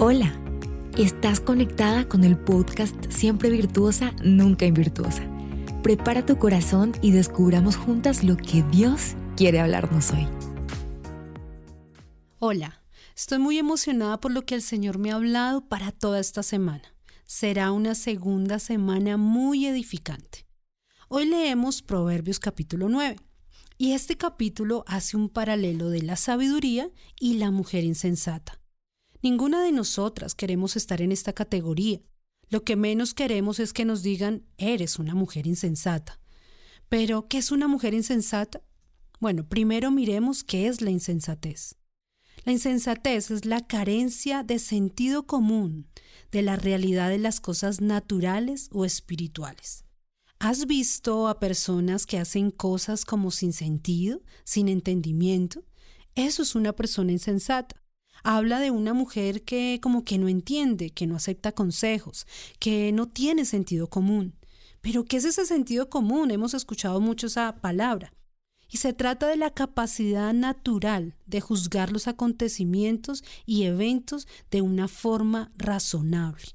Hola, estás conectada con el podcast Siempre Virtuosa, Nunca Invirtuosa. Prepara tu corazón y descubramos juntas lo que Dios quiere hablarnos hoy. Hola, estoy muy emocionada por lo que el Señor me ha hablado para toda esta semana. Será una segunda semana muy edificante. Hoy leemos Proverbios capítulo 9 y este capítulo hace un paralelo de la sabiduría y la mujer insensata. Ninguna de nosotras queremos estar en esta categoría. Lo que menos queremos es que nos digan, eres una mujer insensata. Pero, ¿qué es una mujer insensata? Bueno, primero miremos qué es la insensatez. La insensatez es la carencia de sentido común de la realidad de las cosas naturales o espirituales. ¿Has visto a personas que hacen cosas como sin sentido, sin entendimiento? Eso es una persona insensata. Habla de una mujer que como que no entiende, que no acepta consejos, que no tiene sentido común. ¿Pero qué es ese sentido común? Hemos escuchado mucho esa palabra. Y se trata de la capacidad natural de juzgar los acontecimientos y eventos de una forma razonable.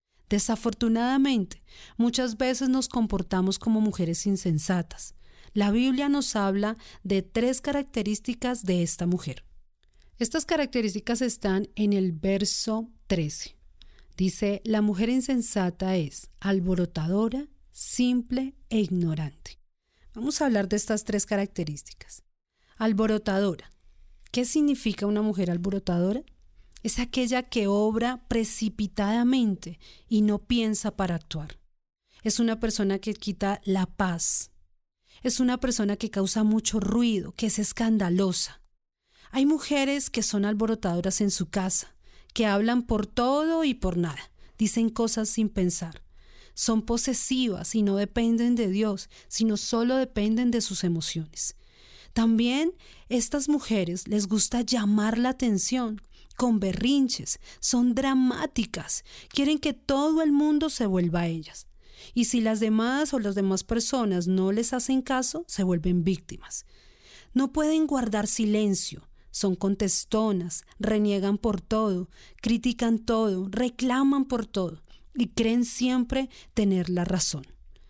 Desafortunadamente, muchas veces nos comportamos como mujeres insensatas. La Biblia nos habla de 3 características de esta mujer. Estas características están en el verso 13. Dice, la mujer insensata es alborotadora, simple e ignorante. Vamos a hablar de estas 3 características. Alborotadora. ¿Qué significa una mujer alborotadora? Es aquella que obra precipitadamente y no piensa para actuar. Es una persona que quita la paz. Es una persona que causa mucho ruido, que es escandalosa. Hay mujeres que son alborotadoras en su casa, que hablan por todo y por nada, dicen cosas sin pensar. Son posesivas y no dependen de Dios, sino solo dependen de sus emociones. También estas mujeres les gusta llamar la atención con berrinches, son dramáticas, quieren que todo el mundo se vuelva a ellas. Y si las demás o las demás personas no les hacen caso, se vuelven víctimas. No pueden guardar silencio. Son contestonas, reniegan por todo, critican todo, reclaman por todo y creen siempre tener la razón.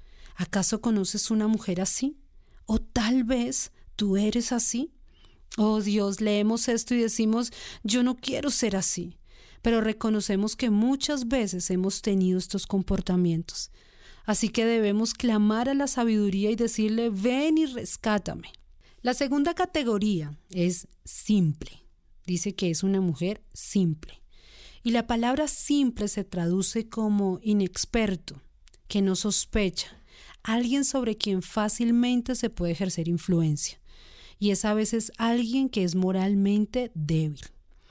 ¿Acaso conoces una mujer así? ¿O tal vez tú eres así? Oh Dios, leemos esto y decimos, yo no quiero ser así. Pero reconocemos que muchas veces hemos tenido estos comportamientos. Así que debemos clamar a la sabiduría y decirle, ven y rescátame. La segunda categoría es simple. Dice que es una mujer simple. Y la palabra simple se traduce como inexperto, que no sospecha, alguien sobre quien fácilmente se puede ejercer influencia. Y es a veces alguien que es moralmente débil.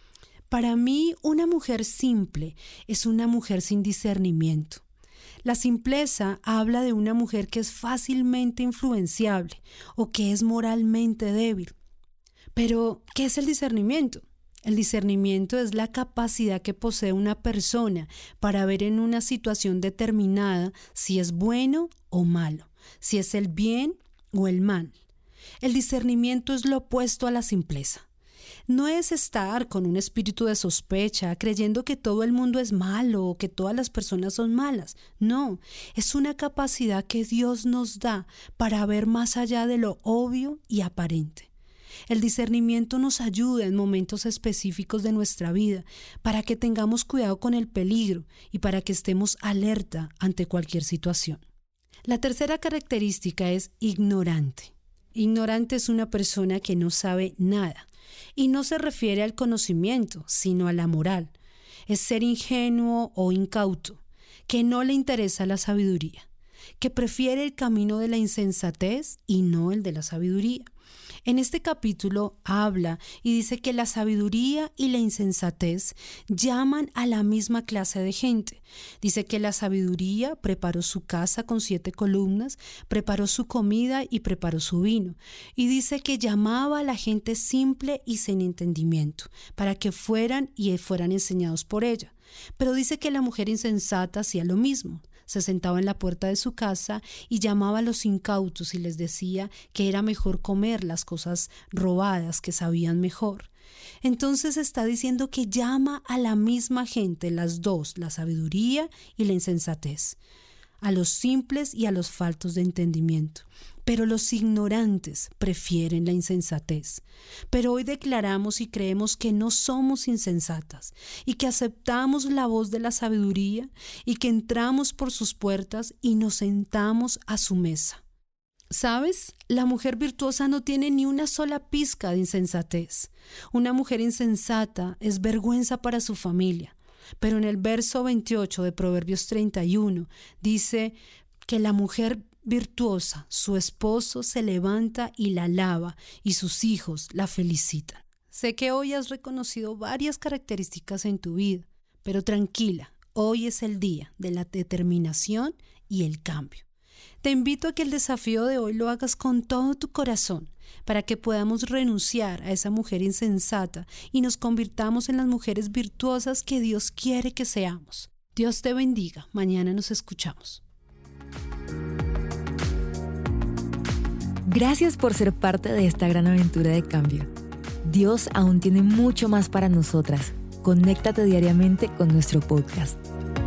Para mí, una mujer simple es una mujer sin discernimiento. La simpleza habla de una mujer que es fácilmente influenciable o que es moralmente débil. Pero, ¿qué es el discernimiento? El discernimiento es la capacidad que posee una persona para ver en una situación determinada si es bueno o malo, si es el bien o el mal. El discernimiento es lo opuesto a la simpleza. No es estar con un espíritu de sospecha, creyendo que todo el mundo es malo o que todas las personas son malas. No, es una capacidad que Dios nos da para ver más allá de lo obvio y aparente. El discernimiento nos ayuda en momentos específicos de nuestra vida para que tengamos cuidado con el peligro y para que estemos alerta ante cualquier situación. La tercera característica es ignorante. Ignorante es una persona que no sabe nada. Y no se refiere al conocimiento, sino a la moral. Es ser ingenuo o incauto, que no le interesa la sabiduría, que prefiere el camino de la insensatez y no el de la sabiduría. En este capítulo habla y dice que la sabiduría y la insensatez llaman a la misma clase de gente. Dice que la sabiduría preparó su casa con 7 columnas, preparó su comida y preparó su vino. Y dice que llamaba a la gente simple y sin entendimiento, para que fueran enseñados por ella. Pero dice que la mujer insensata hacía lo mismo. Se sentaba en la puerta de su casa y llamaba a los incautos y les decía que era mejor comer las cosas robadas, que sabían mejor. Entonces está diciendo que llama a la misma gente, las dos, la sabiduría y la insensatez, a los simples y a los faltos de entendimiento. Pero los ignorantes prefieren la insensatez. Pero hoy declaramos y creemos que no somos insensatas y que aceptamos la voz de la sabiduría y que entramos por sus puertas y nos sentamos a su mesa. ¿Sabes? La mujer virtuosa no tiene ni una sola pizca de insensatez. Una mujer insensata es vergüenza para su familia. Pero en el verso 28 de Proverbios 31 dice que la mujer virtuosa, su esposo se levanta y la alaba y sus hijos la felicitan. Sé que hoy has reconocido varias características en tu vida, pero tranquila, hoy es el día de la determinación y el cambio. Te invito a que el desafío de hoy lo hagas con todo tu corazón para que podamos renunciar a esa mujer insensata y nos convirtamos en las mujeres virtuosas que Dios quiere que seamos. Dios te bendiga. Mañana nos escuchamos. Gracias por ser parte de esta gran aventura de cambio. Dios aún tiene mucho más para nosotras. Conéctate diariamente con nuestro podcast.